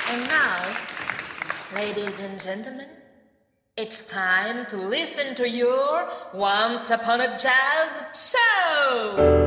And now, ladies and gentlemen, it's time to listen to your Once Upon a Jazz show!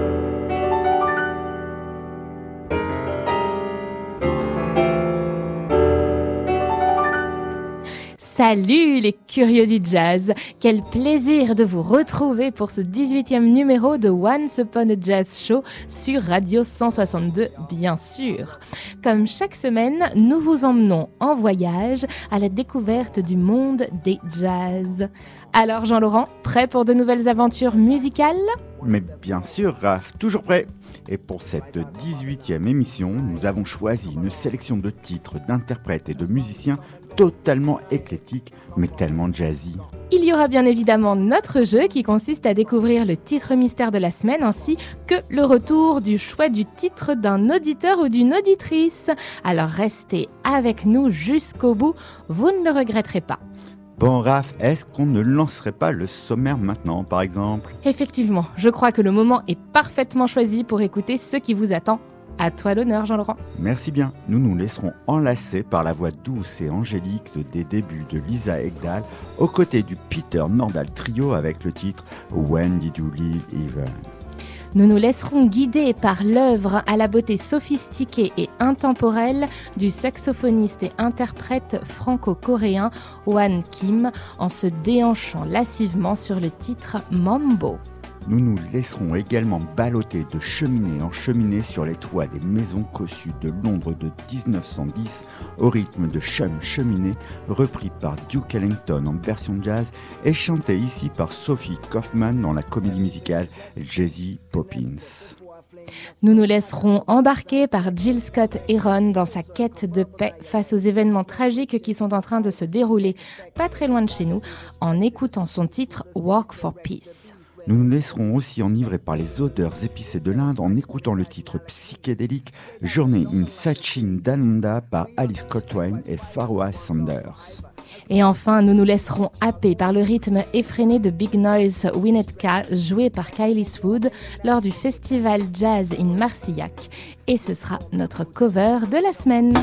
Salut les curieux du jazz! Quel plaisir de vous retrouver pour ce 18e numéro de Once Upon a Jazz Show sur Radio 162, bien sûr. Comme chaque semaine, nous vous emmenons en voyage à la découverte du monde des jazz. Alors Jean-Laurent, prêt pour de nouvelles aventures musicales ? Mais bien sûr, Raph, toujours prêt. Et pour cette 18e émission, nous avons choisi une sélection de titres, d'interprètes et de musiciens totalement éclectiques, mais tellement jazzy. Il y aura bien évidemment notre jeu qui consiste à découvrir le titre mystère de la semaine ainsi que le retour du choix du titre d'un auditeur ou d'une auditrice. Alors restez avec nous jusqu'au bout, vous ne le regretterez pas. Bon Raph, est-ce qu'on ne lancerait pas le sommaire maintenant par exemple ? Effectivement, je crois que le moment est parfaitement choisi pour écouter ce qui vous attend. À toi l'honneur Jean-Laurent. Merci bien, nous nous laisserons enlacer par la voix douce et angélique des débuts de Lisa Ekdahl aux côtés du Peter Nordal Trio avec le titre When Did You Leave Even ? Nous nous laisserons guider par l'œuvre à la beauté sophistiquée et intemporelle du saxophoniste et interprète franco-coréen Hwan Kim en se déhanchant lascivement sur le titre Mambo. Nous nous laisserons également balloter de cheminée en cheminée sur les toits des maisons cossues de Londres de 1910 au rythme de Chum Cheminée, repris par Duke Ellington en version jazz et chanté ici par Sophie Kaufmann dans la comédie musicale Jazzy Poppins. Nous nous laisserons embarquer par Jill Scott Heron dans sa quête de paix face aux événements tragiques qui sont en train de se dérouler pas très loin de chez nous en écoutant son titre Work for Peace. Nous nous laisserons aussi enivrer par les odeurs épicées de l'Inde en écoutant le titre psychédélique Journey in Sachin-Dananda par Alice Coltrane et Pharoah Sanders. Et enfin, nous nous laisserons happer par le rythme effréné de Big Noise Winnetka joué par Kylie Swood lors du festival Jazz in Marcillac. Et ce sera notre cover de la semaine.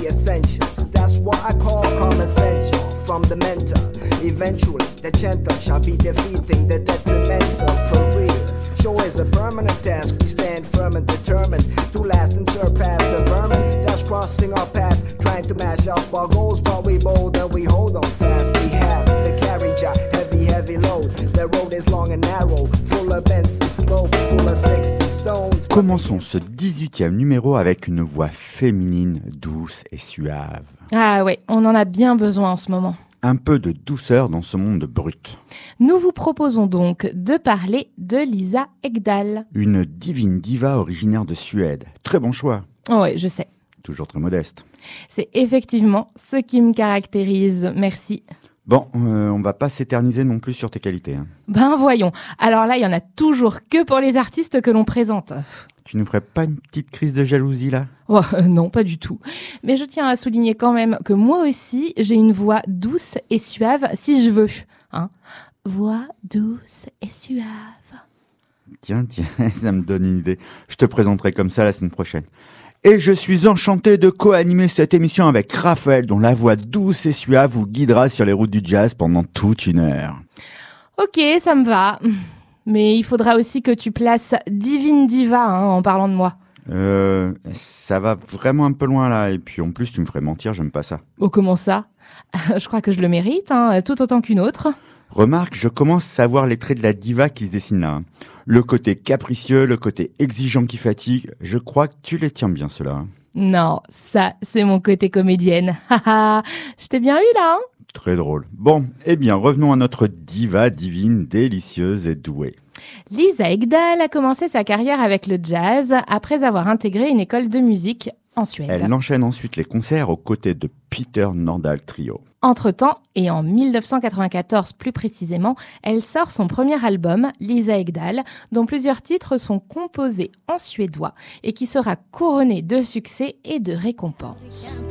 From the mentor, eventually the gentle shall be defeating the detrimental for real. Show is a permanent task, we stand firm and determined to last and surpass the vermin that's crossing our path, trying to mash up our goals, but we bold and we hold on fast. We have the carriage, a heavy load, the road is long and narrow, full of bends and slopes, full of sticks and stones. Commençons ce 18e numéro avec une voix féminine, douce et suave. Ah ouais, on en a bien besoin en ce moment. Un peu de douceur dans ce monde brut. Nous vous proposons donc de parler de Lisa Ekdahl. Une divine diva originaire de Suède. Très bon choix. Oh ouais, je sais. Toujours très modeste. C'est effectivement ce qui me caractérise, merci. Bon, on va pas s'éterniser non plus sur tes qualités. Hein. Ben voyons, alors là, il y en a toujours que pour les artistes que l'on présente. Tu ne ferais pas une petite crise de jalousie là ? Oh, non, pas du tout. Mais je tiens à souligner quand même que moi aussi, j'ai une voix douce et suave si je veux. Hein ? Voix douce et suave. Tiens, ça me donne une idée. Je te présenterai comme ça la semaine prochaine. Et je suis enchanté de co-animer cette émission avec Raphaël, dont la voix douce et suave vous guidera sur les routes du jazz pendant toute une heure. Ok, ça me va. Mais il faudra aussi que tu places Divine Diva en parlant de moi. Ça va vraiment un peu loin là. Et puis en plus, tu me ferais mentir, j'aime pas ça. Oh, comment ça ? Je crois que je le mérite, tout autant qu'une autre. Remarque, je commence à voir les traits de la diva qui se dessinent là. Le côté capricieux, le côté exigeant qui fatigue. Je crois que tu les tiens bien ceux-là. Non, ça, c'est mon côté comédienne. Je t'ai bien eu là, Très drôle. Bon, eh bien, revenons à notre diva divine, délicieuse et douée. Lisa Ekdahl a commencé sa carrière avec le jazz après avoir intégré une école de musique en Suède. Elle enchaîne ensuite les concerts aux côtés de Peter Nordal Trio. Entre-temps, et en 1994 plus précisément, elle sort son premier album, Lisa Ekdahl, dont plusieurs titres sont composés en suédois et qui sera couronné de succès et de récompenses.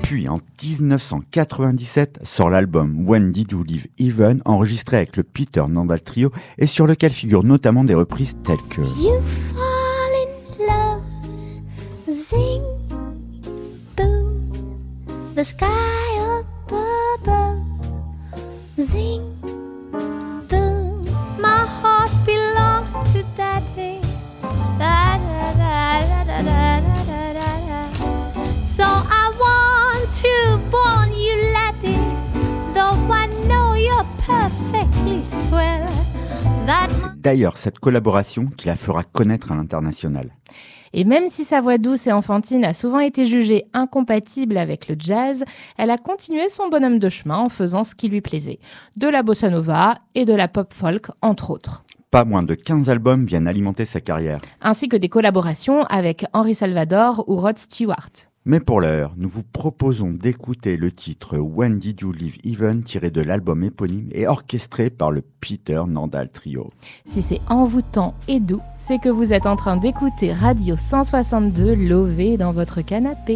Puis en 1997 sort l'album When Did You Leave Heaven, enregistré avec le Peter Nandal Trio et sur lequel figurent notamment des reprises telles que You fall in love, zing, boom, the sky up above, zing, boom, my heart belongs to that thing, da da da da da da da da da. So I want to warn you, laddie, though I know you're perfectly swell. C'est d'ailleurs cette collaboration qui la fera connaître à l'international. Et même si sa voix douce et enfantine a souvent été jugée incompatible avec le jazz, elle a continué son bonhomme de chemin en faisant ce qui lui plaisait. De la bossa nova et de la pop folk, entre autres. Pas moins de 15 albums viennent alimenter sa carrière. Ainsi que des collaborations avec Henry Salvador ou Rod Stewart. Mais pour l'heure, nous vous proposons d'écouter le titre When Did You Leave Heaven, tiré de l'album éponyme et orchestré par le Peter Nandal Trio. Si c'est envoûtant et doux, c'est que vous êtes en train d'écouter Radio 162 lové dans votre canapé.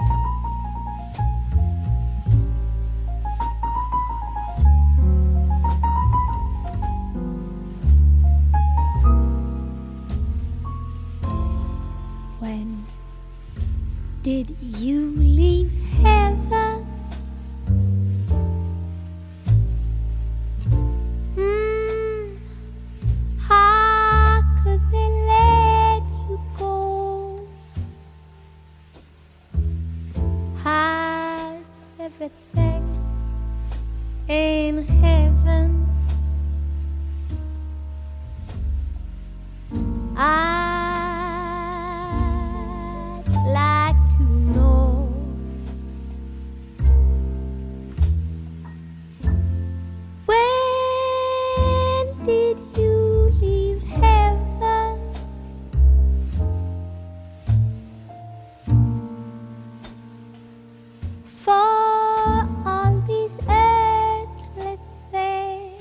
When did you leave heaven? How could they let you go? How's everything in heaven? I'd like to know. When did you leave heaven? For all these earthly things,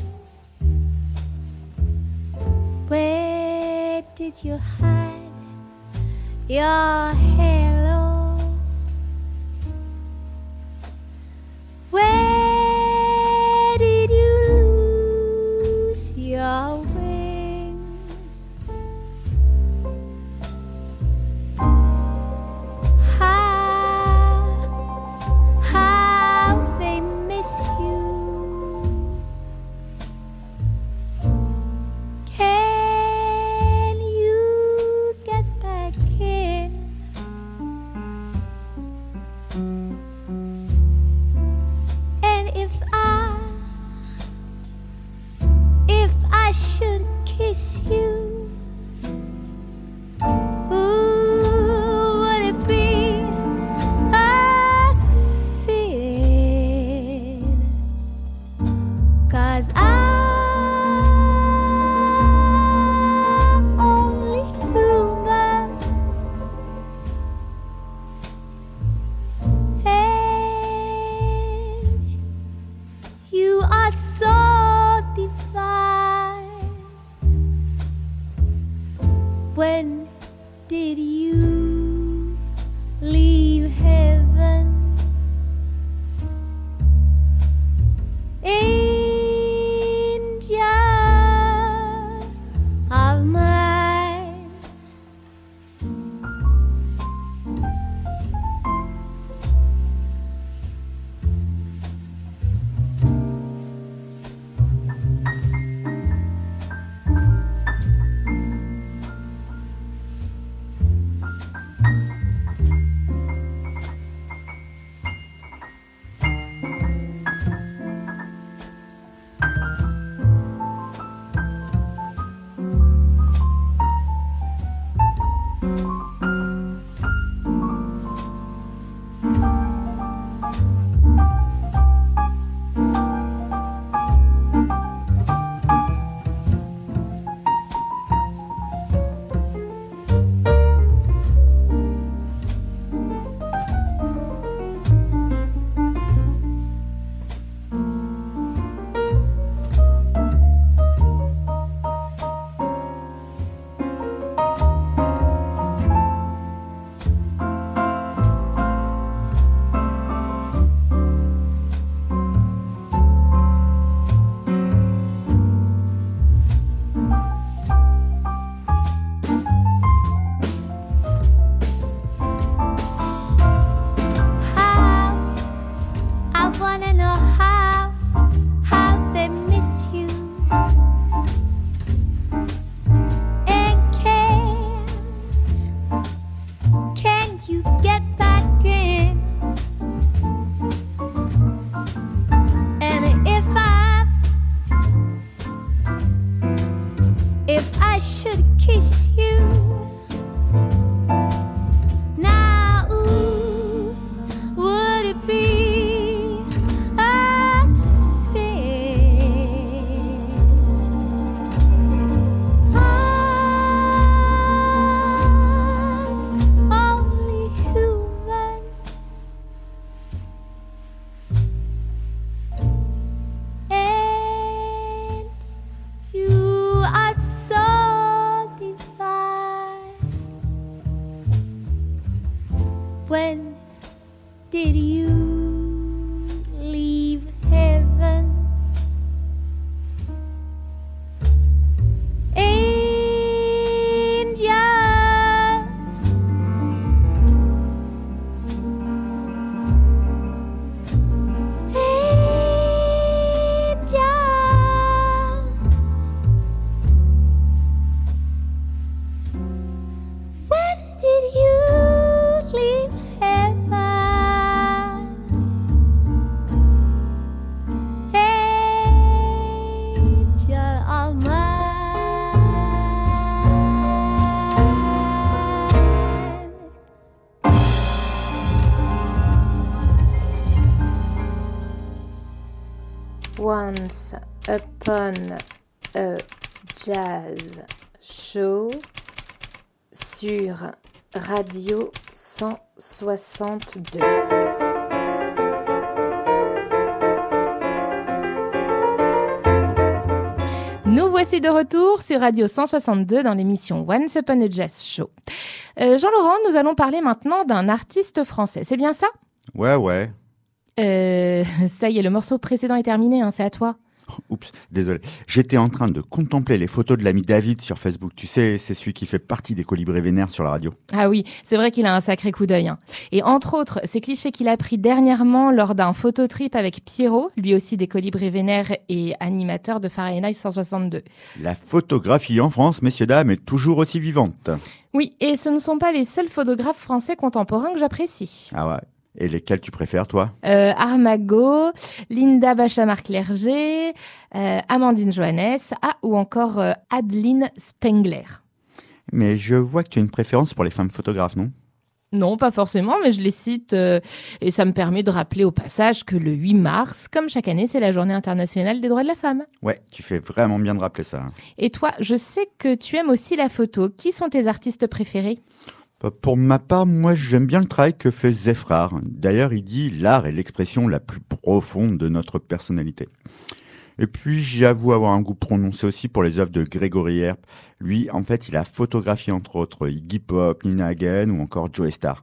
where did you hide your halo? Where did you lose your wings? How they miss you. Can you get back in? And if I should kiss you, would it be a sin? 'Cause I'm only human, and you are so divine. When did you leave heaven? Angel of mine. Once Upon a Jazz Show sur Radio 162. Nous voici de retour sur Radio 162 dans l'émission Once Upon a Jazz Show. Jean-Laurent, nous allons parler maintenant d'un artiste français. C'est bien ça ? Ouais. Ça y est, le morceau précédent est terminé, hein, c'est à toi. Oups, désolé. J'étais en train de contempler les photos de l'ami David sur Facebook. Tu sais, c'est celui qui fait partie des Colibris Vénères sur la radio. Ah oui, c'est vrai qu'il a un sacré coup d'œil. Hein. Et entre autres, ces clichés qu'il a pris dernièrement lors d'un phototrip avec Pierrot, lui aussi des Colibris Vénères et animateur de Fahrenheit 162. La photographie en France, messieurs, dames, est toujours aussi vivante. Oui, et ce ne sont pas les seuls photographes français contemporains que j'apprécie. Ah ouais. Et lesquels tu préfères, toi ? Armago, Linda Bachamar-Clerget, Amandine Johannes, ou encore Adeline Spengler. Mais je vois que tu as une préférence pour les femmes photographes, non ? Non, pas forcément, mais je les cite et ça me permet de rappeler au passage que le 8 mars, comme chaque année, c'est la journée internationale des droits de la femme. Ouais, tu fais vraiment bien de rappeler ça. Et toi, je sais que tu aimes aussi la photo. Qui sont tes artistes préférés ? Pour ma part, moi, j'aime bien le travail que fait Zefrar. D'ailleurs, il dit « l'art est l'expression la plus profonde de notre personnalité ». Et puis, j'avoue avoir un goût prononcé aussi pour les œuvres de Gregory Earp. Lui, en fait, il a photographié entre autres Iggy Pop, Nina Hagen ou encore Joe Starr.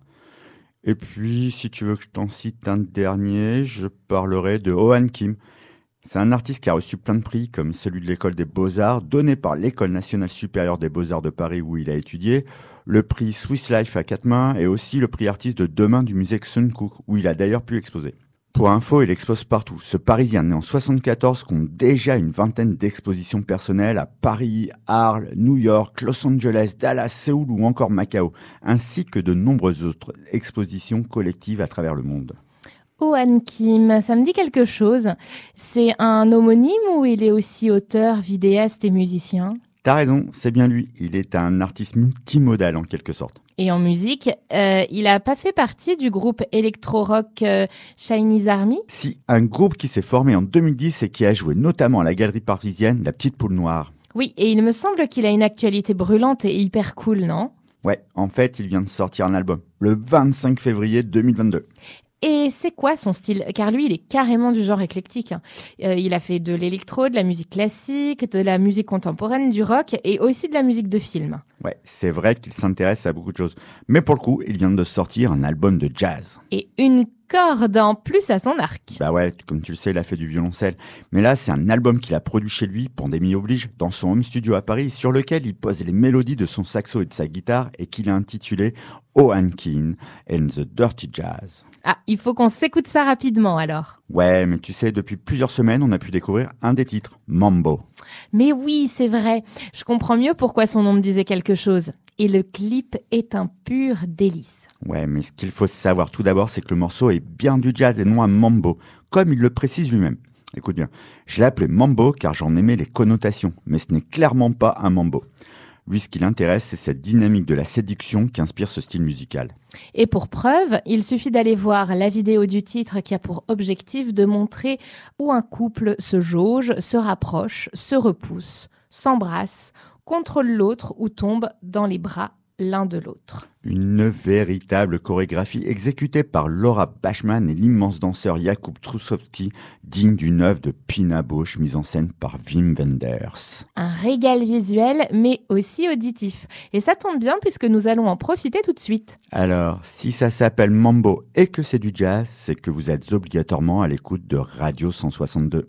Et puis, si tu veux que je t'en cite un dernier, je parlerai de Ohan Kim. C'est un artiste qui a reçu plein de prix, comme celui de l'École des Beaux-Arts, donné par l'École nationale supérieure des Beaux-Arts de Paris où il a étudié, le prix Swiss Life à 4 mains et aussi le prix artiste de demain du musée Sun Kook, où il a d'ailleurs pu exposer. Pour info, il expose partout. Ce Parisien né en 74 compte déjà une vingtaine d'expositions personnelles à Paris, Arles, New York, Los Angeles, Dallas, Séoul ou encore Macao, ainsi que de nombreuses autres expositions collectives à travers le monde. Ohan Kim, ça me dit quelque chose. C'est un homonyme ou il est aussi auteur, vidéaste et musicien ? T'as raison, c'est bien lui. Il est un artiste multimodal en quelque sorte. Et en musique, il n'a pas fait partie du groupe électro-rock Chinese Army ? Si, un groupe qui s'est formé en 2010 et qui a joué notamment à la galerie parisienne La Petite Poule Noire. Oui, et il me semble qu'il a une actualité brûlante et hyper cool, non ? Ouais, en fait, il vient de sortir un album, le 25 février 2022. Et c'est quoi son style ? Car lui, il est carrément du genre éclectique. Hein. Il a fait de l'électro, de la musique classique, de la musique contemporaine, du rock et aussi de la musique de film. Ouais, c'est vrai qu'il s'intéresse à beaucoup de choses. Mais pour le coup, il vient de sortir un album de jazz. Et une corde en plus à son arc. Bah ouais, comme tu le sais, il a fait du violoncelle. Mais là, c'est un album qu'il a produit chez lui, Pandémie oblige, dans son home studio à Paris, sur lequel il pose les mélodies de son saxo et de sa guitare et qu'il a intitulé Ohan Kim and the Dirty Jazz. Ah, il faut qu'on s'écoute ça rapidement alors. Ouais, mais tu sais, depuis plusieurs semaines, on a pu découvrir un des titres, Mambo. Mais oui, c'est vrai. Je comprends mieux pourquoi son nom me disait quelque chose. Et le clip est un pur délice. Ouais, mais ce qu'il faut savoir tout d'abord, c'est que le morceau est bien du jazz et non un mambo, comme il le précise lui-même. Écoute bien, je l'ai appelé mambo car j'en aimais les connotations, mais ce n'est clairement pas un mambo. Lui, ce qui l'intéresse, c'est cette dynamique de la séduction qui inspire ce style musical. Et pour preuve, il suffit d'aller voir la vidéo du titre qui a pour objectif de montrer où un couple se jauge, se rapproche, se repousse, s'embrasse, contrôle l'autre ou tombe dans les bras l'un de l'autre. Une véritable chorégraphie exécutée par Laura Bachmann et l'immense danseur Jakub Trusowski, digne d'une œuvre de Pina Bausch mise en scène par Wim Wenders. Un régal visuel, mais aussi auditif. Et ça tombe bien puisque nous allons en profiter tout de suite. Alors, si ça s'appelle Mambo et que c'est du jazz, c'est que vous êtes obligatoirement à l'écoute de Radio 162.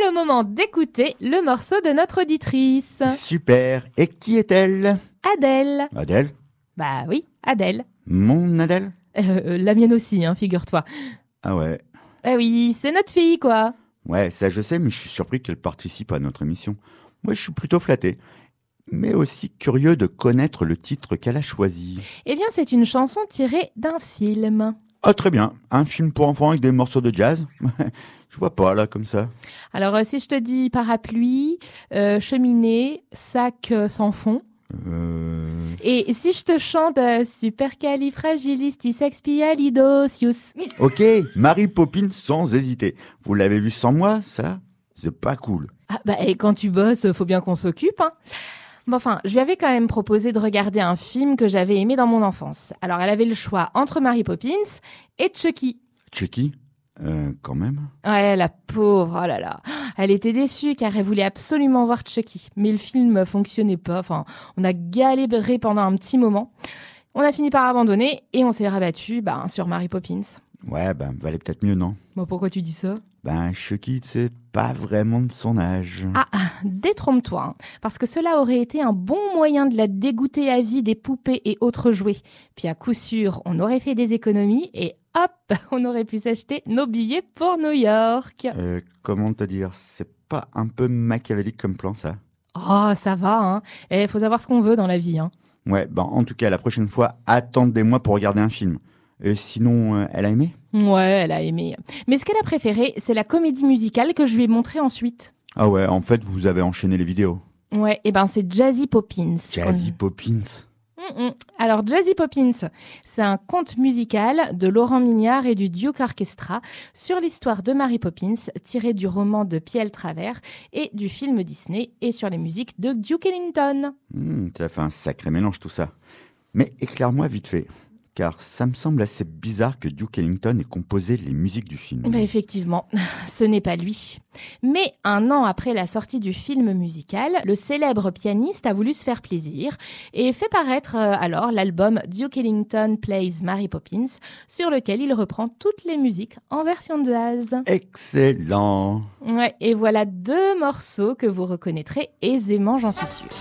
le moment d'écouter le morceau de notre auditrice. Super. Et qui est-elle? Adèle. Adèle? Bah oui, Adèle. Mon Adèle? La mienne aussi, hein, figure-toi. Ah ouais. Ah oui, c'est notre fille, quoi. Ouais, ça je sais, mais je suis surpris qu'elle participe à notre émission. Moi, je suis plutôt flatté, mais aussi curieux de connaître le titre qu'elle a choisi. Eh bien, c'est une chanson tirée d'un film. Ah, très bien. Un film pour enfants avec des morceaux de jazz? Je vois pas, là, comme ça. Alors, si je te dis parapluie, cheminée, sac sans fond, et si je te chante Supercalifragilisticexpialidocious. Ok, Mary Poppins sans hésiter. Vous l'avez vu sans moi, ça? C'est pas cool. Ah bah, et quand tu bosses, faut bien qu'on s'occupe, hein. Bon, enfin, je lui avais quand même proposé de regarder un film que j'avais aimé dans mon enfance. Alors, elle avait le choix entre Mary Poppins et Chucky. Chucky? Quand même. Ouais, la pauvre, oh là là. Elle était déçue car elle voulait absolument voir Chucky. Mais le film fonctionnait pas. Enfin, on a galéré pendant un petit moment. On a fini par abandonner et on s'est rabattu sur Mary Poppins. Ouais, valait peut-être mieux, non? Bon, pourquoi tu dis ça? Chucky, c'est pas vraiment de son âge. Ah, détrompe-toi, hein, parce que cela aurait été un bon moyen de la dégoûter à vie des poupées et autres jouets. Puis à coup sûr, on aurait fait des économies et hop, on aurait pu s'acheter nos billets pour New York. Comment te dire? C'est pas un peu machiavélique comme plan, ça? Oh, ça va, hein. Il faut savoir ce qu'on veut dans la vie, hein. Ouais, en tout cas, la prochaine fois, attendez-moi pour regarder un film. Sinon, elle a aimé? Ouais, elle a aimé. Mais ce qu'elle a préféré, c'est la comédie musicale que je lui ai montrée ensuite. Ah ouais, en fait, vous avez enchaîné les vidéos. Ouais, c'est Jazzy Poppins. Jazzy Poppins. Alors, Jazzy Poppins, c'est un conte musical de Laurent Mignard et du Duke Orchestra sur l'histoire de Mary Poppins, tiré du roman de P.L. Travers et du film Disney, et sur les musiques de Duke Ellington. Ça fait un sacré mélange tout ça. Mais éclaire-moi vite fait, car ça me semble assez bizarre que Duke Ellington ait composé les musiques du film. Effectivement, ce n'est pas lui. Mais un an après la sortie du film musical, le célèbre pianiste a voulu se faire plaisir et fait paraître alors l'album Duke Ellington Plays Mary Poppins, sur lequel il reprend toutes les musiques en version jazz. Excellent! Ouais, et voilà 2 morceaux que vous reconnaîtrez aisément, j'en suis sûre.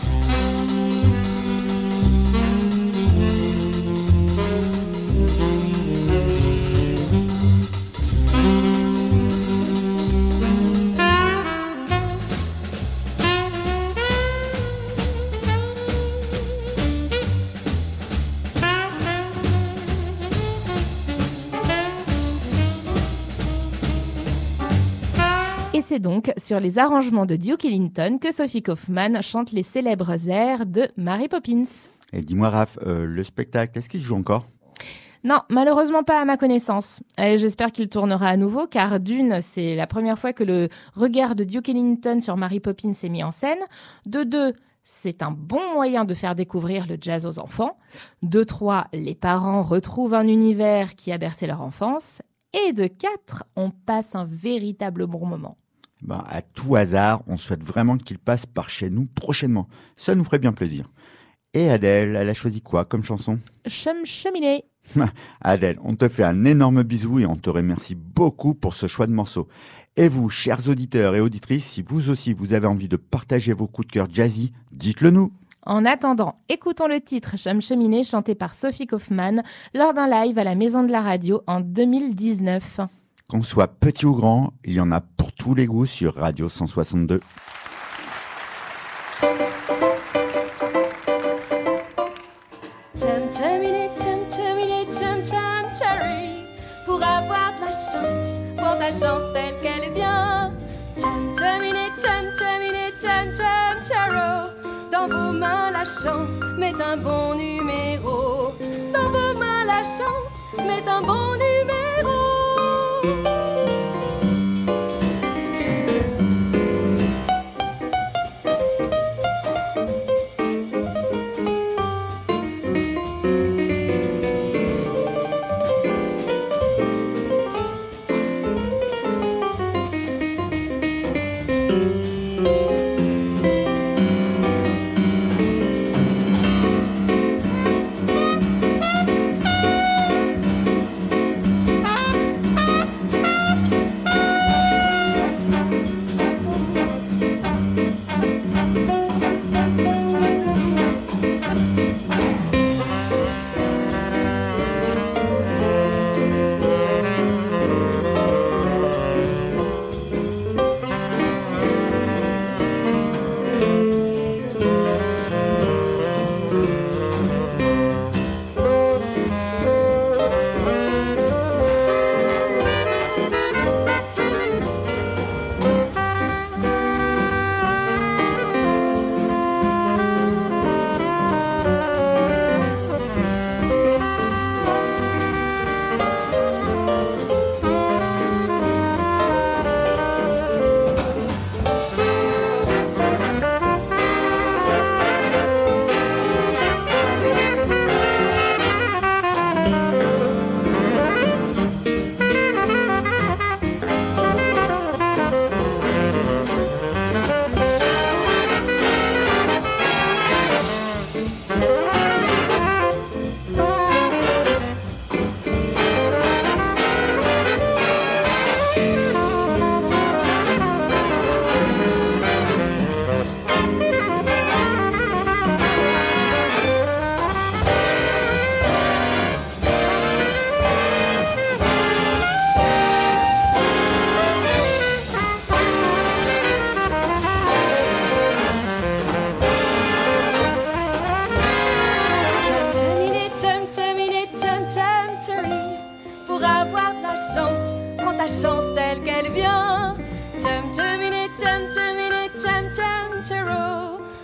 C'est donc sur les arrangements de Duke Ellington que Sophie Kaufmann chante les célèbres airs de Mary Poppins. Et dis-moi Raph, le spectacle, est-ce qu'il joue encore? Non, malheureusement pas à ma connaissance. J'espère qu'il tournera à nouveau, car d'une, c'est la première fois que le regard de Duke Ellington sur Mary Poppins est mis en scène. De 2, c'est un bon moyen de faire découvrir le jazz aux enfants. De 3, les parents retrouvent un univers qui a bercé leur enfance. Et de 4, on passe un véritable bon moment. À tout hasard, on souhaite vraiment qu'il passe par chez nous prochainement. Ça nous ferait bien plaisir. Et Adèle, elle a choisi quoi comme chanson? Cheminée. Adèle, on te fait un énorme bisou et on te remercie beaucoup pour ce choix de morceau. Et vous, chers auditeurs et auditrices, si vous aussi vous avez envie de partager vos coups de cœur jazzy, dites-le nous. En attendant, écoutons le titre Cheminée chanté par Sophie Kaufmann lors d'un live à la Maison de la Radio en 2019. Qu'on soit petit ou grand, il y en a pour tous les goûts sur Radio 162. Pour avoir de la chance, pour ta chance telle qu'elle est bien. Charo. Dans vos mains la chance, met un bon numéro. Dans vos mains la chance, met un bon numéro.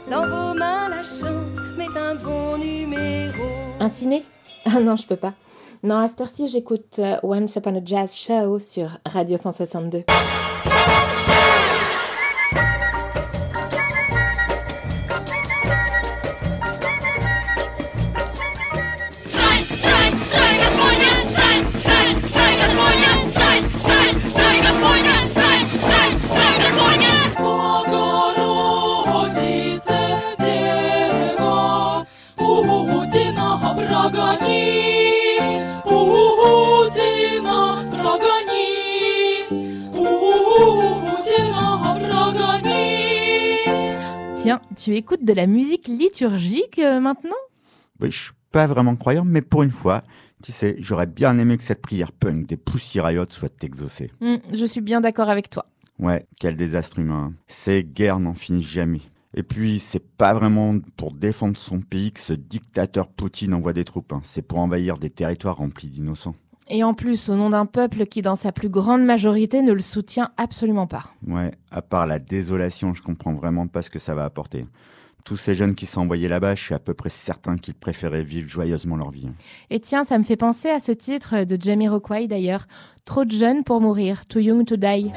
Dans vos mains, la chance met un bon numéro. Un ciné ? Ah non, je peux pas. Non, à cette heure-ci, j'écoute Once Upon a Jazz Show sur Radio 162. Tiens, tu écoutes de la musique liturgique maintenant ? Oui, je suis pas vraiment croyant, mais pour une fois, tu sais, j'aurais bien aimé que cette prière punk des Pussy Riot soit exaucée. Je suis bien d'accord avec toi. Ouais, quel désastre humain. Ces guerres n'en finissent jamais. Et puis, c'est pas vraiment pour défendre son pays que ce dictateur Poutine envoie des troupes. C'est pour envahir des territoires remplis d'innocents. Et en plus, au nom d'un peuple qui, dans sa plus grande majorité, ne le soutient absolument pas. Ouais, à part la désolation, je comprends vraiment pas ce que ça va apporter. Tous ces jeunes qui sont envoyés là-bas, je suis à peu près certain qu'ils préféraient vivre joyeusement leur vie. Et tiens, ça me fait penser à ce titre de Jamiroquai d'ailleurs. Trop de jeunes pour mourir, too young to die.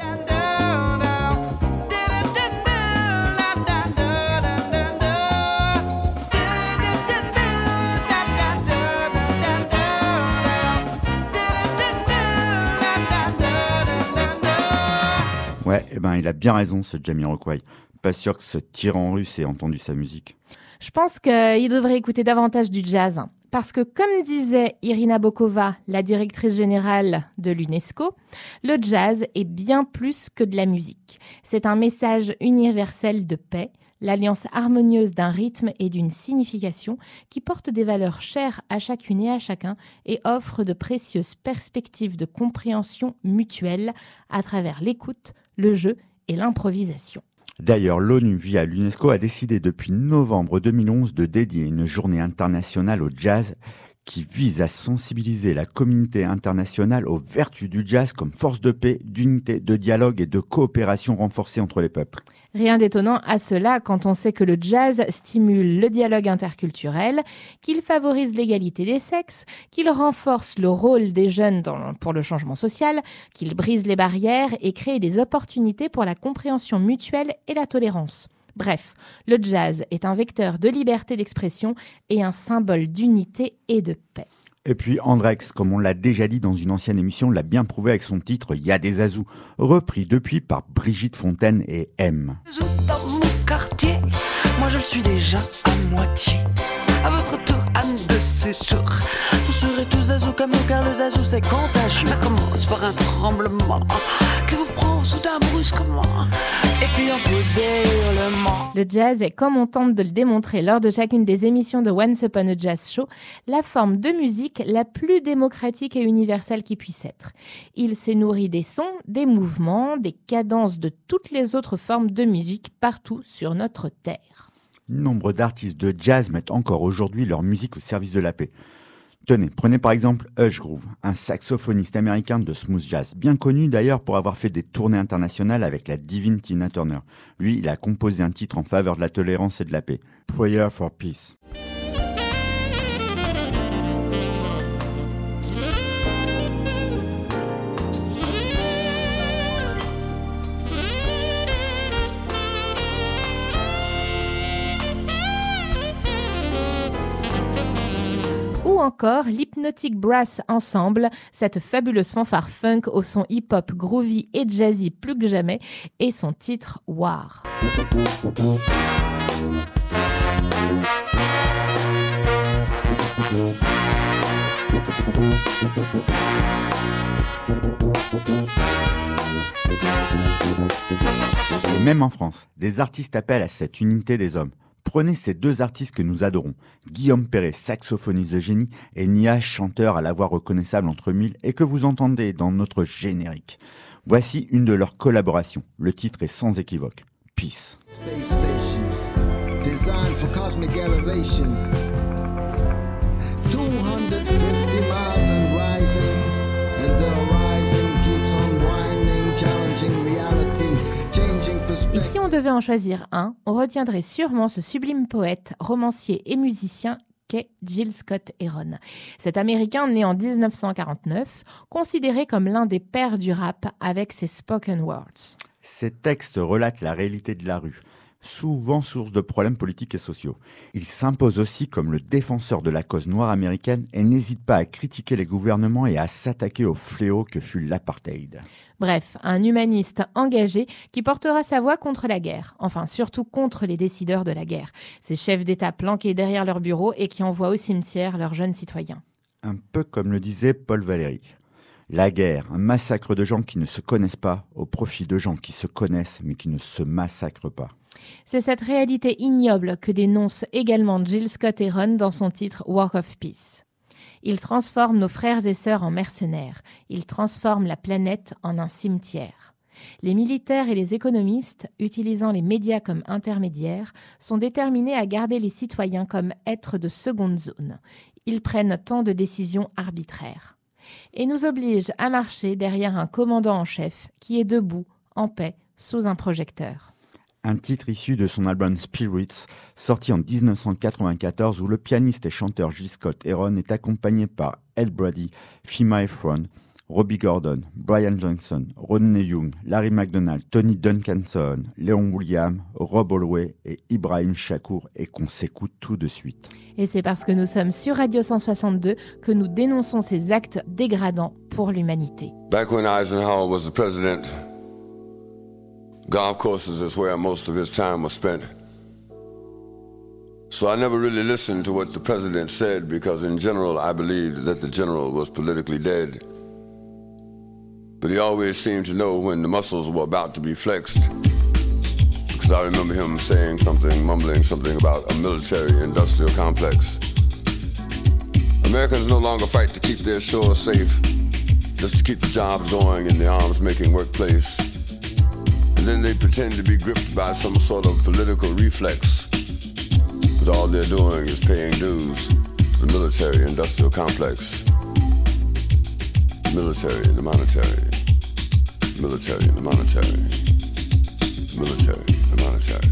Ouais, il a bien raison, ce Jamiroquai. Pas sûr que ce tyran russe ait entendu sa musique. Je pense qu'il devrait écouter davantage du jazz. Parce que, comme disait Irina Bokova, la directrice générale de l'UNESCO, le jazz est bien plus que de la musique. C'est un message universel de paix, l'alliance harmonieuse d'un rythme et d'une signification qui porte des valeurs chères à chacune et à chacun et offre de précieuses perspectives de compréhension mutuelle à travers l'écoute, le jeu et l'improvisation. D'ailleurs, l'ONU, via l'UNESCO, a décidé depuis novembre 2011 de dédier une journée internationale au jazz qui vise à sensibiliser la communauté internationale aux vertus du jazz comme force de paix, d'unité, de dialogue et de coopération renforcée entre les peuples. Rien d'étonnant à cela quand on sait que le jazz stimule le dialogue interculturel, qu'il favorise l'égalité des sexes, qu'il renforce le rôle des jeunes pour le changement social, qu'il brise les barrières et crée des opportunités pour la compréhension mutuelle et la tolérance. Bref, le jazz est un vecteur de liberté d'expression et un symbole d'unité et de paix. Et puis Andrex, comme on l'a déjà dit dans une ancienne émission, l'a bien prouvé avec son titre « Y'a des azous », repris depuis par Brigitte Fontaine et M. Dans mon quartier, moi je le suis déjà à moitié. À votre tour, âme de séjour. Vous serez tous zazou comme nous, car le zazou c'est contagieux. Ça commence par un tremblement qui vous prend soudain brusquement. Et puis on pousse des hurlements. Le jazz est, comme on tente de le démontrer lors de chacune des émissions de Once Upon a Jazz Show, la forme de musique la plus démocratique et universelle qui puisse être. Il s'est nourri des sons, des mouvements, des cadences de toutes les autres formes de musique partout sur notre terre. Nombre d'artistes de jazz mettent encore aujourd'hui leur musique au service de la paix. Tenez, prenez par exemple Hush Groove, un saxophoniste américain de smooth jazz, bien connu d'ailleurs pour avoir fait des tournées internationales avec la divine Tina Turner. Lui, il a composé un titre en faveur de la tolérance et de la paix, Prayer for Peace. Ou encore l'Hypnotic Brass Ensemble, cette fabuleuse fanfare funk au son hip-hop groovy et jazzy plus que jamais, et son titre War. Et même en France, des artistes appellent à cette unité des hommes. Prenez ces deux artistes que nous adorons, Guillaume Perret, saxophoniste de génie, et Nia, chanteur à la voix reconnaissable entre mille et que vous entendez dans notre générique. Voici une de leurs collaborations. Le titre est sans équivoque, Peace. Space station, designed for cosmic elevation. 250 miles and rising, and the horizon keeps on winding, challenging reality, changing perspective. Et si on devait en choisir un, on retiendrait sûrement ce sublime poète, romancier et musicien qu'est Gil Scott-Heron. Cet Américain né en 1949, considéré comme l'un des pères du rap avec ses spoken words. Ces textes relatent la réalité de la rue, souvent source de problèmes politiques et sociaux. Il s'impose aussi comme le défenseur de la cause noire américaine et n'hésite pas à critiquer les gouvernements et à s'attaquer au fléau que fut l'apartheid. Bref, un humaniste engagé qui portera sa voix contre la guerre, enfin surtout contre les décideurs de la guerre, ces chefs d'État planqués derrière leur bureau et qui envoient au cimetière leurs jeunes citoyens. Un peu comme le disait Paul Valéry. La guerre, un massacre de gens qui ne se connaissent pas au profit de gens qui se connaissent mais qui ne se massacrent pas. C'est cette réalité ignoble que dénonce également Gil Scott-Heron dans son titre Walk of Peace. Il transforme nos frères et sœurs en mercenaires. Il transforme la planète en un cimetière. Les militaires et les économistes, utilisant les médias comme intermédiaires, sont déterminés à garder les citoyens comme êtres de seconde zone. Ils prennent tant de décisions arbitraires. Et nous obligent à marcher derrière un commandant en chef qui est debout, en paix, sous un projecteur. Un titre issu de son album Spirits, sorti en 1994, où le pianiste et chanteur Gil Scott-Heron est accompagné par Ed Brady, Fima Efron, Robbie Gordon, Brian Johnson, Rodney Young, Larry McDonald, Tony Duncanson, Léon Williams, Rob Holloway et Ibrahim Shakur, et qu'on s'écoute tout de suite. Et c'est parce que nous sommes sur Radio 162 que nous dénonçons ces actes dégradants pour l'humanité. Back when Eisenhower was the president, golf courses is where most of his time was spent. So I never really listened to what the president said because in general I believed that the general was politically dead. But he always seemed to know when the muscles were about to be flexed. Because I remember him saying something, mumbling something about a military-industrial complex. Americans no longer fight to keep their shores safe, just to keep the jobs going in the arms-making workplace. And then they pretend to be gripped by some sort of political reflex. But all they're doing is paying dues to the military-industrial complex. Military and the monetary. Military and the monetary. Military and the monetary.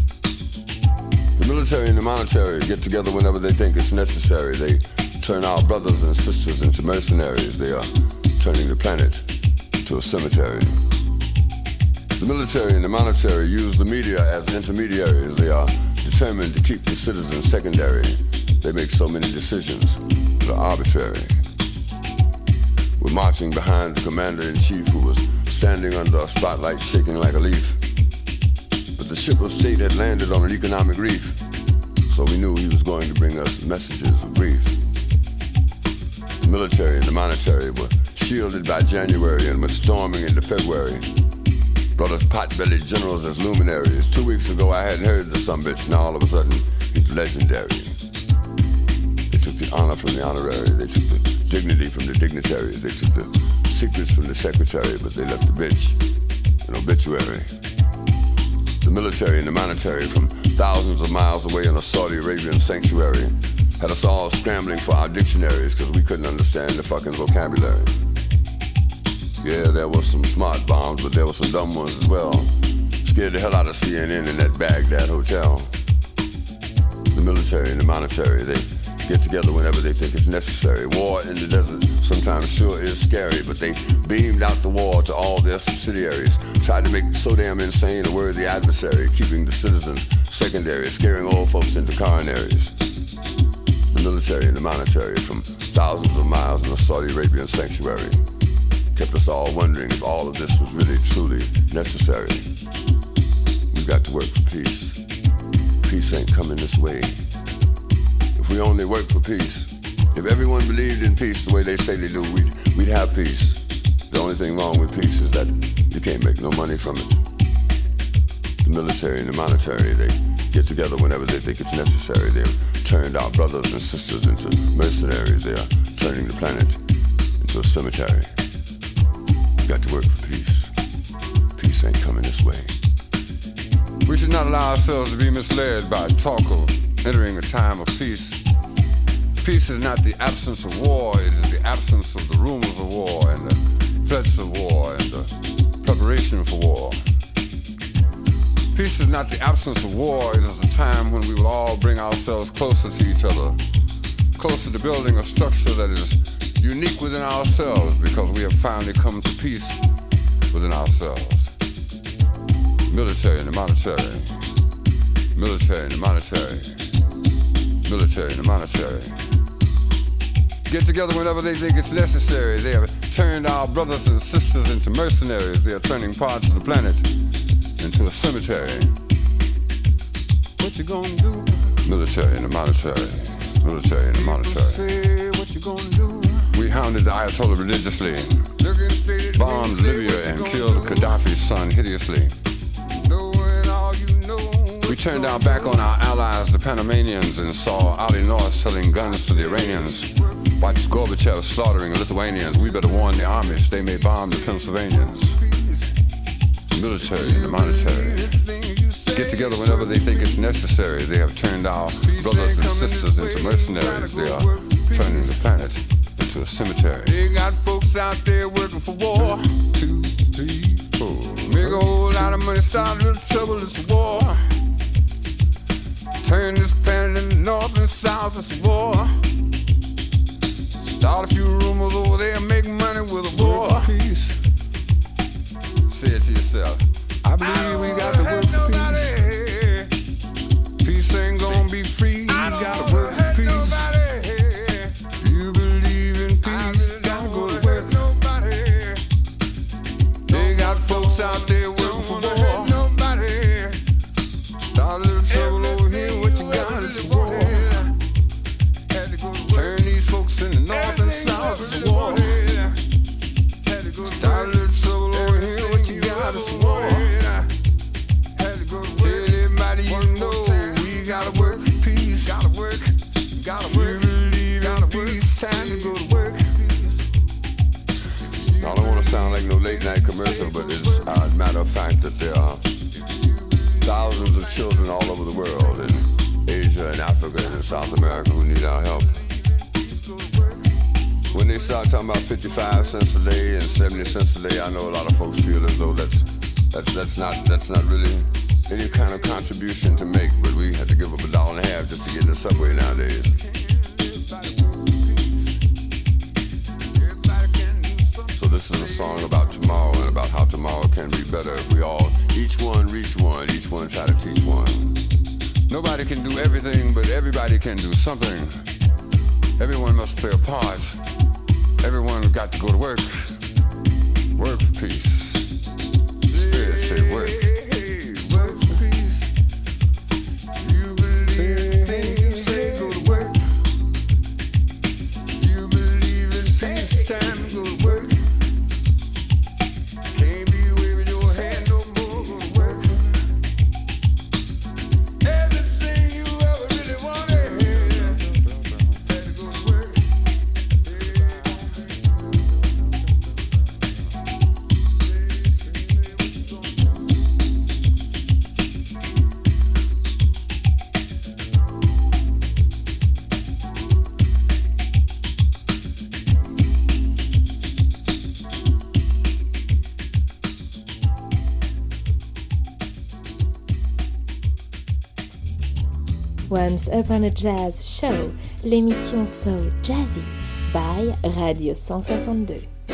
The military and the monetary get together whenever they think it's necessary. They turn our brothers and sisters into mercenaries. They are turning the planet into a cemetery. The military and the monetary use the media as intermediaries. They are determined to keep the citizens secondary. They make so many decisions that are arbitrary. We're marching behind the commander-in-chief who was standing under a spotlight shaking like a leaf. But the ship of state had landed on an economic reef, so we knew he was going to bring us messages of grief. The military and the monetary were shielded by January and went storming into February. Brought us pot-bellied generals as luminaries. 2 weeks ago I hadn't heard the sumbitch, now all of a sudden he's legendary. They took the honor from the honorary, they took the dignity from the dignitaries, they took the secrets from the secretary, but they left the bitch an obituary. The military and the monetary from thousands of miles away in a Saudi Arabian sanctuary had us all scrambling for our dictionaries because we couldn't understand the fucking vocabulary. Yeah, there was some smart bombs, but there were some dumb ones as well. Scared the hell out of CNN in that Baghdad hotel. The military and the monetary, they get together whenever they think it's necessary. War in the desert sometimes sure is scary, but they beamed out the war to all their subsidiaries, tried to make so damn insane a worthy adversary, keeping the citizens secondary, scaring old folks into coronaries. The military and the monetary from thousands of miles in a Saudi Arabian sanctuary kept us all wondering if all of this was really truly necessary. We've got to work for peace. Peace ain't coming this way. If we only work for peace, if everyone believed in peace the way they say they do, we'd have peace. The only thing wrong with peace is that you can't make no money from it. The military and the monetary, they get together whenever they think it's necessary. They've turned our brothers and sisters into mercenaries. They are turning the planet into a cemetery. Got to work for peace. Peace ain't coming this way. We should not allow ourselves to be misled by talk of entering a time of peace. Peace is not the absence of war, it is the absence of the rumors of war and the threats of war and the preparation for war. Peace is not the absence of war, it is a time when we will all bring ourselves closer to each other, closer to building a structure that is unique within ourselves because we have finally come to peace within ourselves. Military and the monetary, military and the monetary, military and the monetary. Get together whenever they think it's necessary. They have turned our brothers and sisters into mercenaries. They are turning parts of the planet into a cemetery. What you gonna do? Military and the monetary, military and the monetary. What you gonna do? We hounded the Ayatollah religiously, bombed Libya and killed Gaddafi's son hideously. We turned our back on our allies, the Panamanians, and saw Ali North selling guns to the Iranians. Watched Gorbachev slaughtering Lithuanians. We better warn the Amish, they may bomb the Pennsylvanians. Military and the monetary. Get together whenever they think it's necessary. They have turned our brothers and sisters into mercenaries. They are turning the planet into a cemetery. They got folks out there working for war. 2, 3, 4. Make a whole lot of money, start a little trouble, it's a war. Turn this planet into north and south, it's a war. Start a few rumors over there, make money with a war. Peace. Say it to yourself. I believe we got to work for peace. Peace ain't gonna be free, you gotta work for peace. You believe in peace, gotta go to work. They got folks out there working for war. Start a little trouble over here, what you got is war. Turn these folks in the north and south, it's war. Start a little trouble over here, what you got is war. Tell everybody you know, we gotta work for peace. Gotta work, gotta work. You believe in peace, time to go to work. I don't want to sound like no late night commercial, but it's a matter of fact that there are thousands of children all over the world, in Asia and Africa and in South America, who need our help. When they start talking about 55 cents a day and 70 cents a day, I know a lot of folks feel as though that's not really any kind of contribution to make, but we have to give up $1.50 just to get in the subway nowadays. So this is a song about tomorrow and about how tomorrow can be better if we all, each one reach one, each one try to teach one. Nobody can do everything, but everybody can do something. Everyone must play a part. Everyone got to go to work. Work for peace. Spirit say work. Work for peace. You believe in things, say go to work. You believe in peace, time to go to work. Can't be waving your hand no more, go to work. Everything you ever really wanted, had to go to work. Once Upon a Jazz Show, l'émission So Jazzy by Radio 162.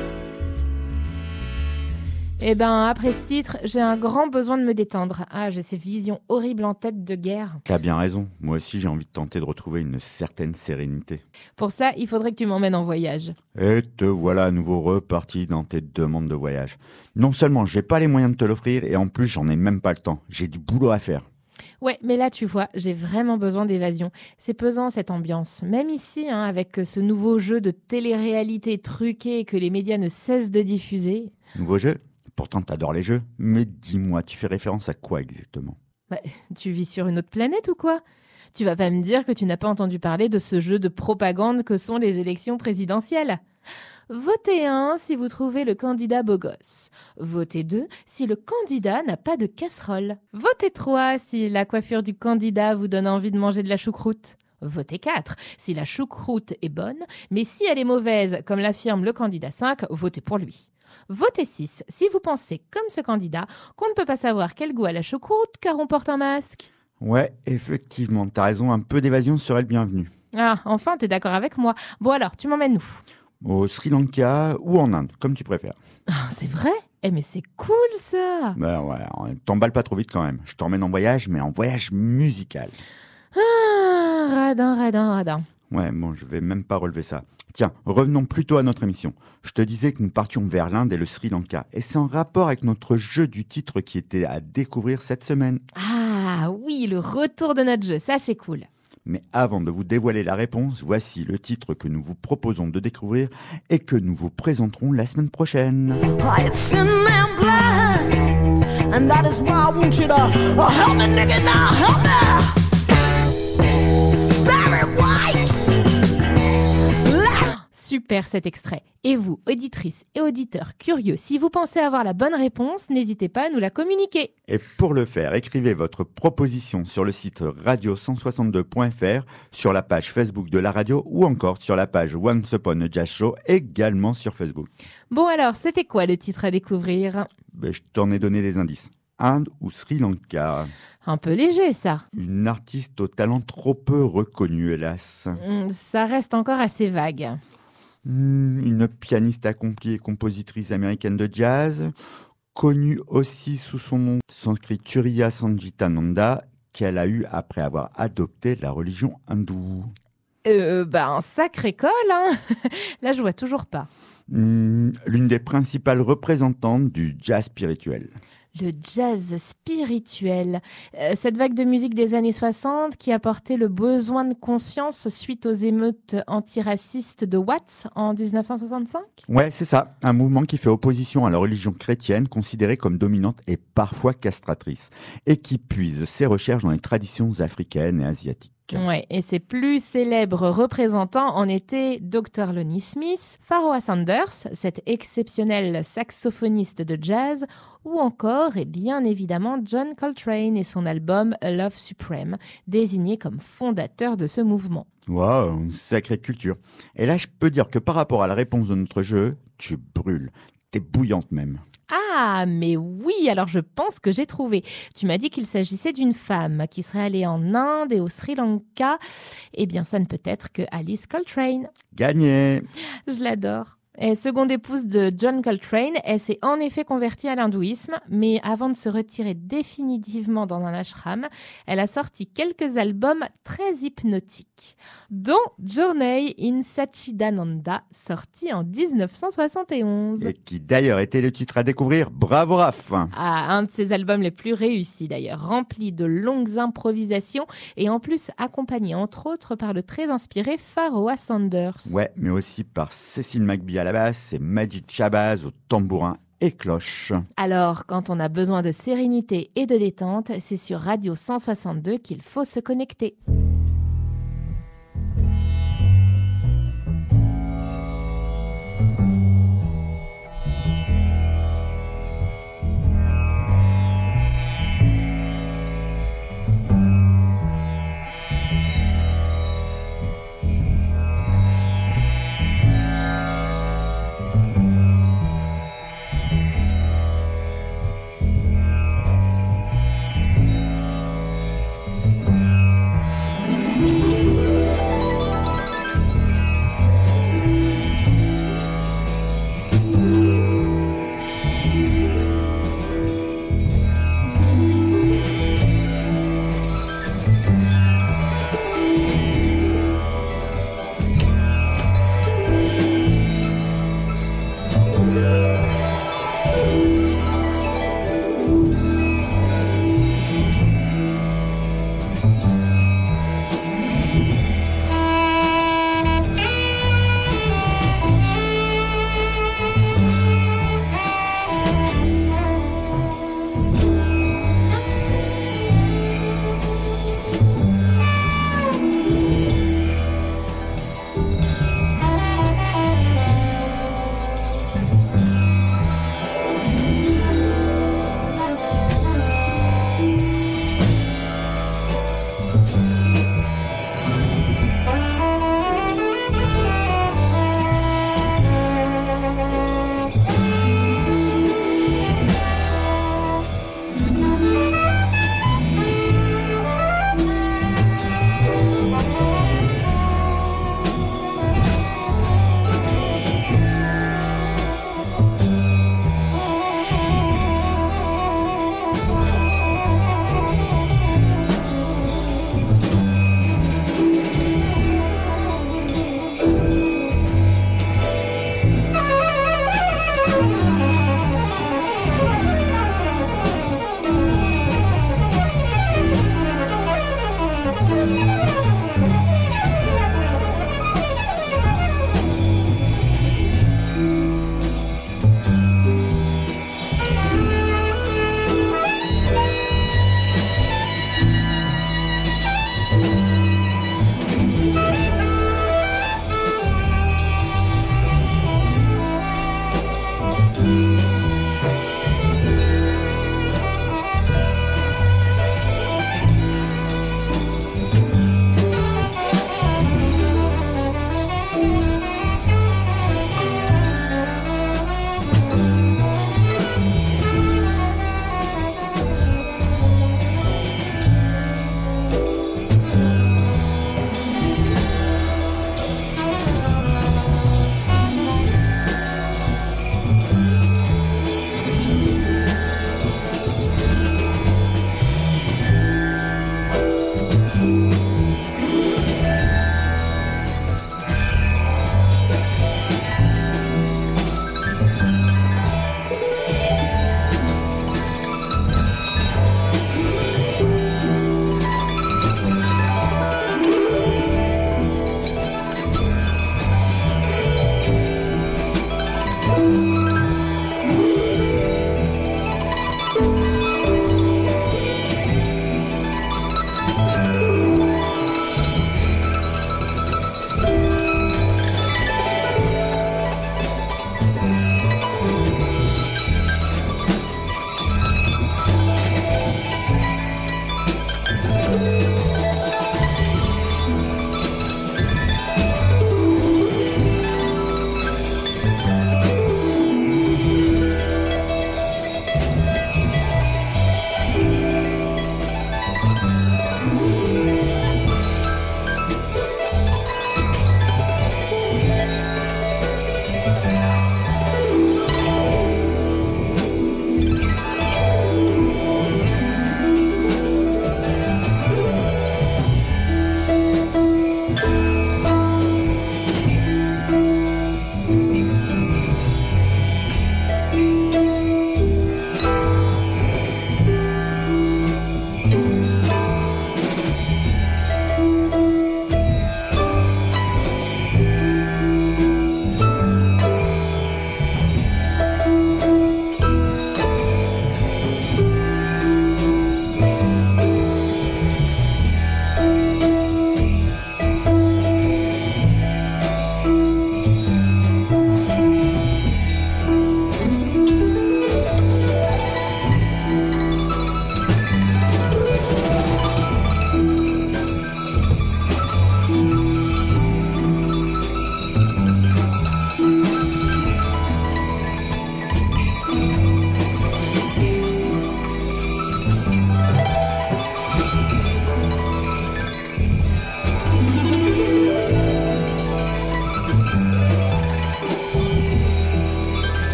Eh ben, après ce titre, j'ai un grand besoin de me détendre. Ah, j'ai ces visions horribles en tête de guerre. T'as bien raison, moi aussi j'ai envie de tenter de retrouver une certaine sérénité. Pour ça, il faudrait que tu m'emmènes en voyage. Et te voilà à nouveau reparti dans tes demandes de voyage. Non seulement j'ai pas les moyens de te l'offrir, et en plus j'en ai même pas le temps. J'ai du boulot à faire. Ouais, mais là, tu vois, j'ai vraiment besoin d'évasion. C'est pesant, cette ambiance. Même ici, avec ce nouveau jeu de télé-réalité truqué que les médias ne cessent de diffuser. Nouveau jeu ? Pourtant, t'adores les jeux. Mais dis-moi, tu fais référence à quoi exactement ? Bah, tu vis sur une autre planète ou quoi ? Tu vas pas me dire que tu n'as pas entendu parler de ce jeu de propagande que sont les élections présidentielles ? Votez 1 si vous trouvez le candidat beau gosse. Votez 2 si le candidat n'a pas de casserole. Votez 3 si la coiffure du candidat vous donne envie de manger de la choucroute. Votez 4 si la choucroute est bonne, mais si elle est mauvaise, comme l'affirme le candidat 5, votez pour lui. Votez 6 si vous pensez, comme ce candidat, qu'on ne peut pas savoir quel goût a la choucroute car on porte un masque. Ouais, effectivement, t'as raison, un peu d'évasion serait le bienvenu. Ah, enfin, t'es d'accord avec moi. Bon alors, tu m'emmènes où? Au Sri Lanka ou en Inde, comme tu préfères. Ah, c'est vrai? Mais c'est cool ça! Ben ouais, t'emballes pas trop vite quand même. Je t'emmène en voyage, mais en voyage musical. Ah, radin. Ouais, bon, je vais même pas relever ça. Tiens, revenons plutôt à notre émission. Je te disais que nous partions vers l'Inde et le Sri Lanka. Et c'est en rapport avec notre jeu du titre qui était à découvrir cette semaine. Ah oui, le retour de notre jeu, ça c'est cool. Mais avant de vous dévoiler la réponse, voici le titre que nous vous proposons de découvrir et que nous vous présenterons la semaine prochaine. It's in my blood, and that is why I want you to help me, nigga, now help me. Barry White. Super cet extrait. Et vous, auditrices et auditeurs curieux, si vous pensez avoir la bonne réponse, n'hésitez pas à nous la communiquer. Et pour le faire, écrivez votre proposition sur le site radio162.fr, sur la page Facebook de la radio ou encore sur la page Once Upon a Jazz Show, également sur Facebook. Bon alors, c'était quoi le titre à découvrir? Je t'en ai donné des indices. Inde ou Sri Lanka. Un peu léger ça. Une artiste au talent trop peu reconnu, hélas. Ça reste encore assez vague. Une pianiste accomplie et compositrice américaine de jazz, connue aussi sous son nom sanskrit Turiya Sanjitananda, qu'elle a eu après avoir adopté la religion hindoue. Un sacré col, hein. Là, je vois toujours pas. L'une des principales représentantes du jazz spirituel. Le jazz spirituel, cette vague de musique des années 60 qui a porté le besoin de conscience suite aux émeutes antiracistes de Watts en 1965 ? Ouais, c'est ça, un mouvement qui fait opposition à la religion chrétienne considérée comme dominante et parfois castratrice, et qui puise ses recherches dans les traditions africaines et asiatiques. Ouais, et ses plus célèbres représentants en étaient Dr. Lonnie Smith, Pharoah Sanders, cet exceptionnel saxophoniste de jazz, ou encore, et bien évidemment, John Coltrane et son album A Love Supreme, désigné comme fondateur de ce mouvement. Waouh, une sacrée culture. Et là, je peux dire que par rapport à la réponse de notre jeu, tu brûles. T'es bouillante même. Ah, mais oui, alors je pense que j'ai trouvé. Tu m'as dit qu'il s'agissait d'une femme qui serait allée en Inde et au Sri Lanka. Eh bien, ça ne peut être que Alice Coltrane. Gagné. Je l'adore. Et seconde épouse de John Coltrane, elle s'est en effet convertie à l'hindouisme, mais avant de se retirer définitivement dans un ashram, elle a sorti quelques albums très hypnotiques, dont Journey in Satchidananda, sorti en 1971. Et qui d'ailleurs était le titre à découvrir. Bravo Raph. Ah, un de ses albums les plus réussis d'ailleurs, rempli de longues improvisations et en plus accompagné entre autres par le très inspiré Pharoah Sanders. Ouais, mais aussi par Cécile McBee à la basse et Majid Shabazz au tambourin et cloche. Alors, quand on a besoin de sérénité et de détente, c'est sur Radio 162 qu'il faut se connecter.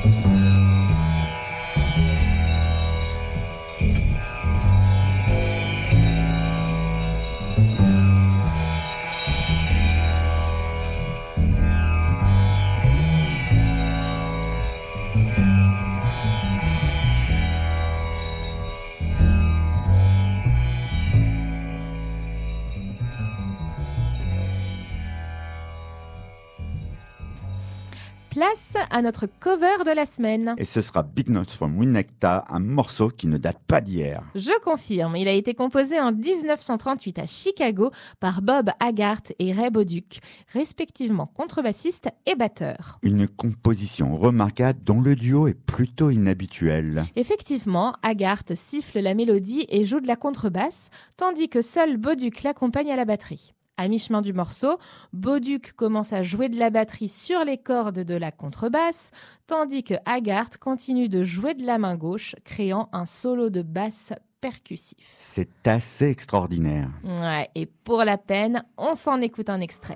Place à notre cover de la semaine. Et ce sera Big Noise from Winnetka, un morceau qui ne date pas d'hier. Je confirme, il a été composé en 1938 à Chicago par Bob Haggart et Ray Bauduc, respectivement contrebassiste et batteur. Une composition remarquable dont le duo est plutôt inhabituel. Effectivement, Haggart siffle la mélodie et joue de la contrebasse, tandis que seul Bauduc l'accompagne à la batterie. À mi-chemin du morceau, Bauduc commence à jouer de la batterie sur les cordes de la contrebasse, tandis que Haggart continue de jouer de la main gauche, créant un solo de basse percussif. C'est assez extraordinaire. Ouais, et pour la peine, on s'en écoute un extrait.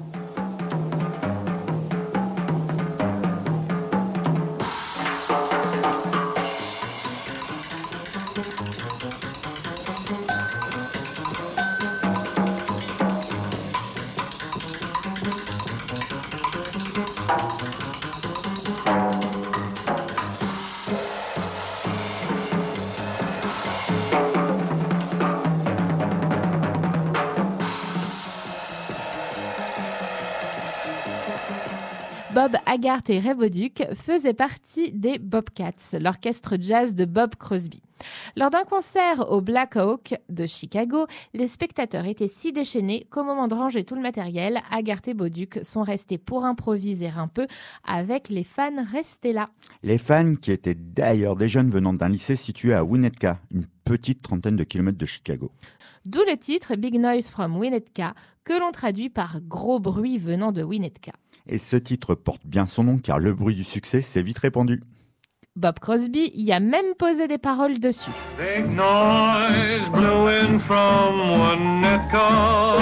Bob Haggart et Ray Bauduc faisaient partie des Bobcats, l'orchestre jazz de Bob Crosby. Lors d'un concert au Black Hawk de Chicago, les spectateurs étaient si déchaînés qu'au moment de ranger tout le matériel, Haggart et Bauduc sont restés pour improviser un peu avec les fans restés là. Les fans qui étaient d'ailleurs des jeunes venant d'un lycée situé à Winnetka, une petite trentaine de kilomètres de Chicago. D'où le titre Big Noise from Winnetka, que l'on traduit par gros bruit venant de Winnetka. Et ce titre porte bien son nom car le bruit du succès s'est vite répandu. Bob Crosby y a même posé des paroles dessus. Big noise blew in from Winnetka.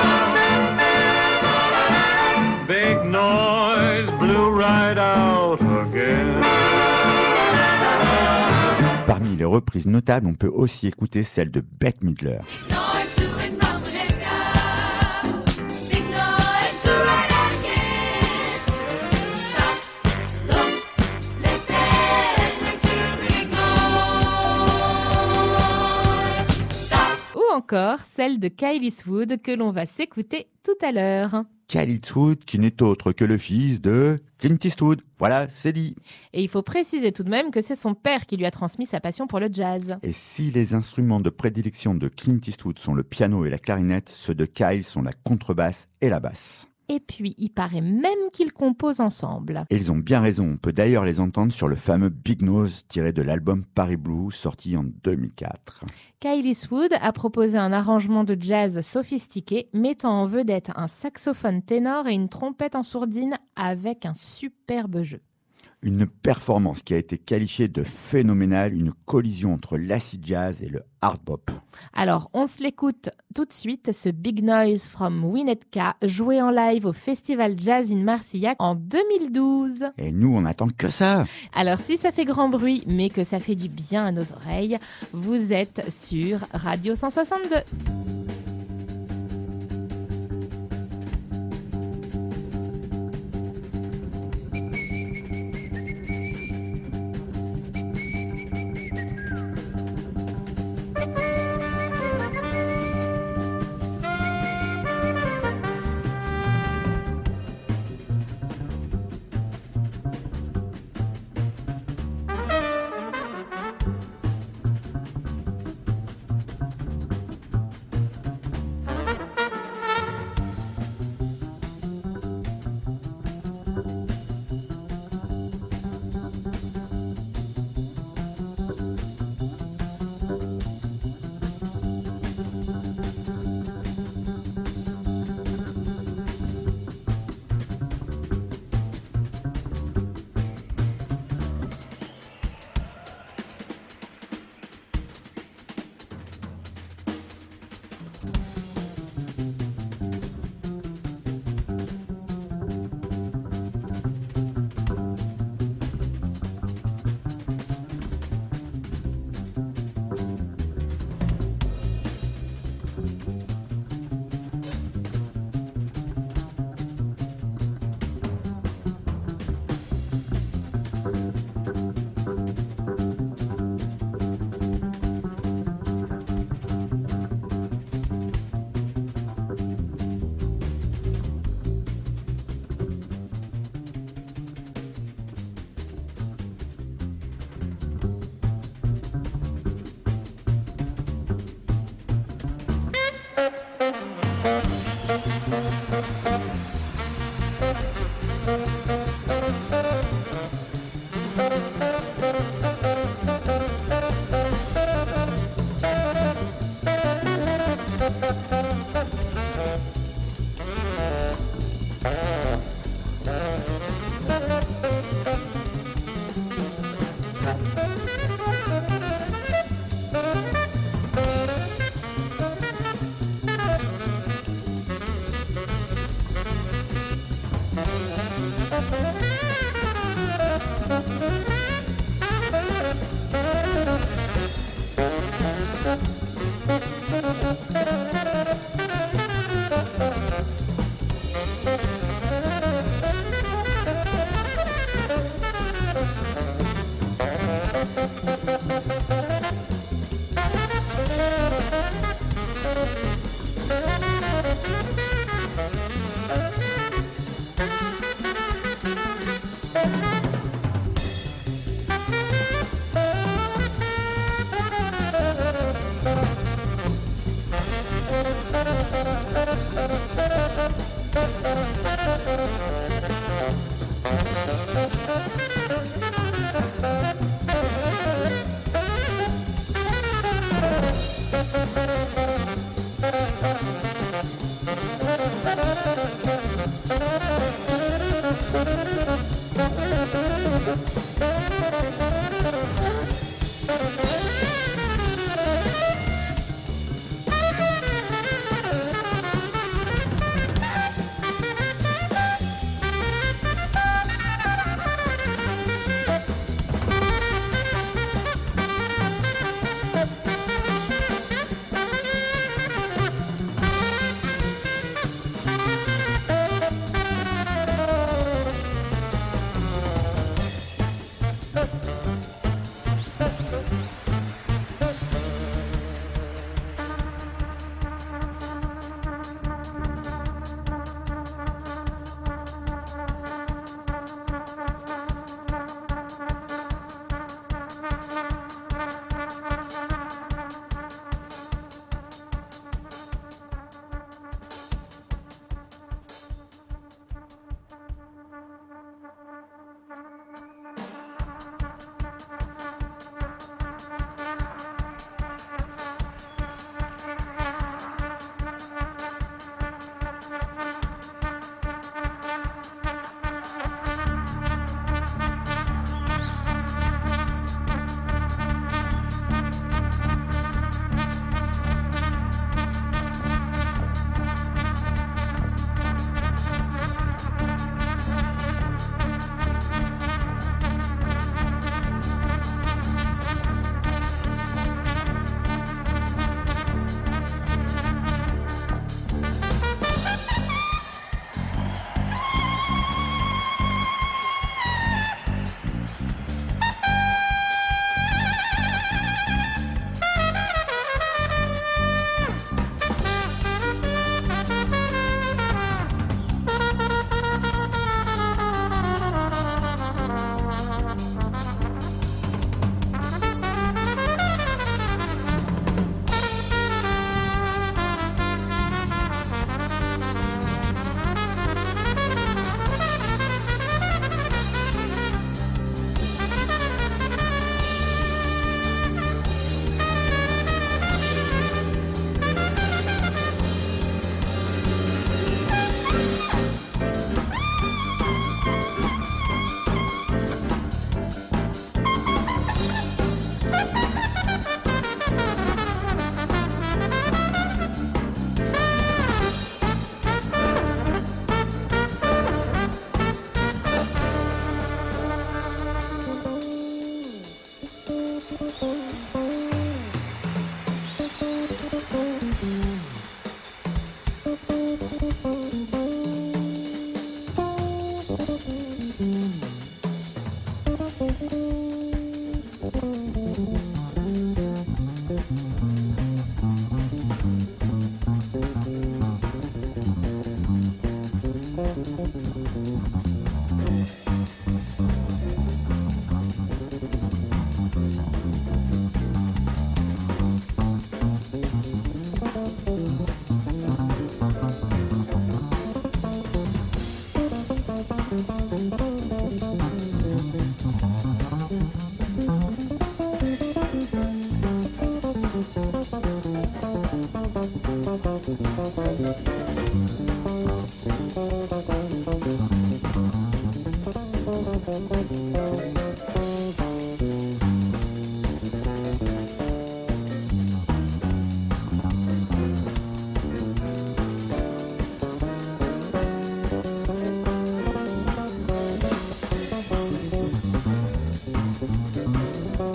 Big noise blew right out again. Parmi les reprises notables, on peut aussi écouter celle de Bette Midler. Encore celle de Kyle Eastwood que l'on va s'écouter tout à l'heure. Kyle Eastwood qui n'est autre que le fils de Clint Eastwood. Voilà, c'est dit. Et il faut préciser tout de même que c'est son père qui lui a transmis sa passion pour le jazz. Et si les instruments de prédilection de Clint Eastwood sont le piano et la clarinette, ceux de Kyle sont la contrebasse et la basse. Et puis, il paraît même qu'ils composent ensemble. Et ils ont bien raison. On peut d'ailleurs les entendre sur le fameux Big Nose tiré de l'album Paris Blue sorti en 2004. Kyle Eastwood a proposé un arrangement de jazz sophistiqué mettant en vedette un saxophone ténor et une trompette en sourdine avec un superbe jeu. Une performance qui a été qualifiée de phénoménale, une collision entre l'acid jazz et le hard bop. Alors, on se l'écoute tout de suite, ce Big Noise from Winnetka, joué en live au Festival Jazz in Marcillac en 2012. Et nous, on n'attend que ça. Alors, si ça fait grand bruit, mais que ça fait du bien à nos oreilles, vous êtes sur Radio 162.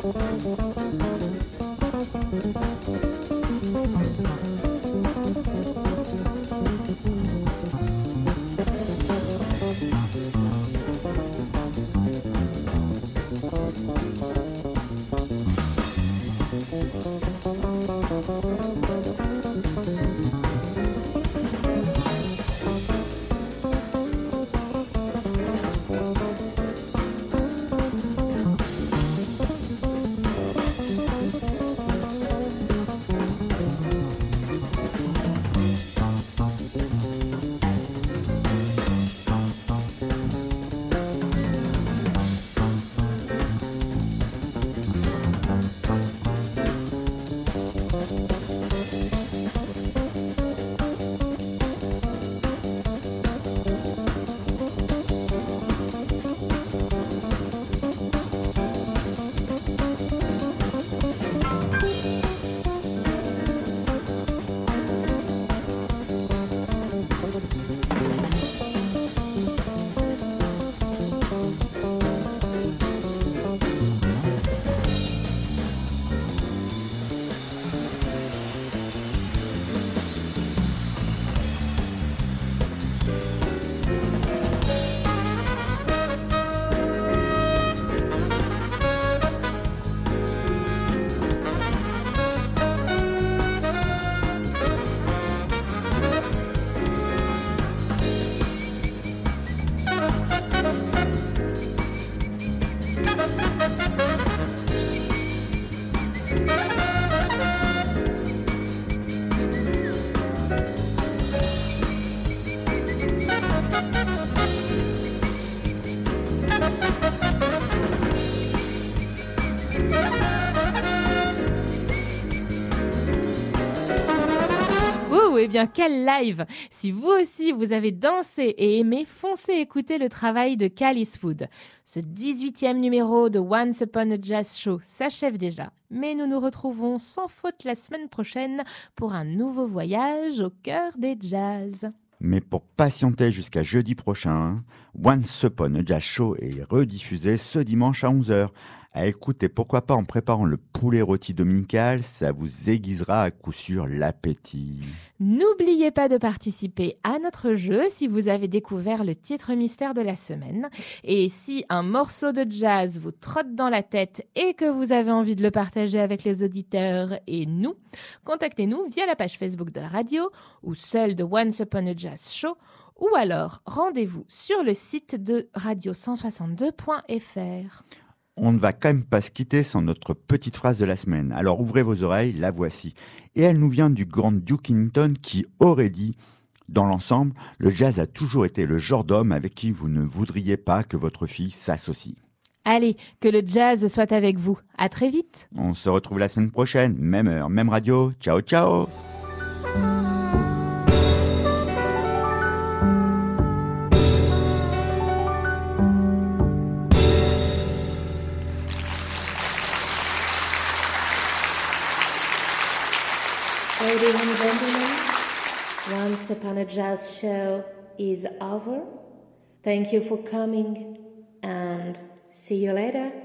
Eh bien, quel live! Si vous aussi, vous avez dansé et aimé, foncez écouter le travail de Cal Eastwood. Ce 18e numéro de Once Upon a Jazz Show s'achève déjà, mais nous nous retrouvons sans faute la semaine prochaine pour un nouveau voyage au cœur des jazz. Mais pour patienter jusqu'à jeudi prochain, Once Upon a Jazz Show est rediffusé ce dimanche à 11h. À écouter, pourquoi pas en préparant le poulet rôti dominical, ça vous aiguisera à coup sûr l'appétit. N'oubliez pas de participer à notre jeu si vous avez découvert le titre mystère de la semaine. Et si un morceau de jazz vous trotte dans la tête et que vous avez envie de le partager avec les auditeurs et nous, contactez-nous via la page Facebook de la radio ou celle de Once Upon a Jazz Show, ou alors rendez-vous sur le site de radio162.fr. On ne va quand même pas se quitter sans notre petite phrase de la semaine. Alors ouvrez vos oreilles, la voici. Et elle nous vient du grand Duke Ellington qui aurait dit « Dans l'ensemble, le jazz a toujours été le genre d'homme avec qui vous ne voudriez pas que votre fille s'associe. » Allez, que le jazz soit avec vous. À très vite. On se retrouve la semaine prochaine, même heure, même radio. Ciao, ciao. Ladies and gentlemen, Once Upon a Jazz Show is over. Thank you for coming and see you later.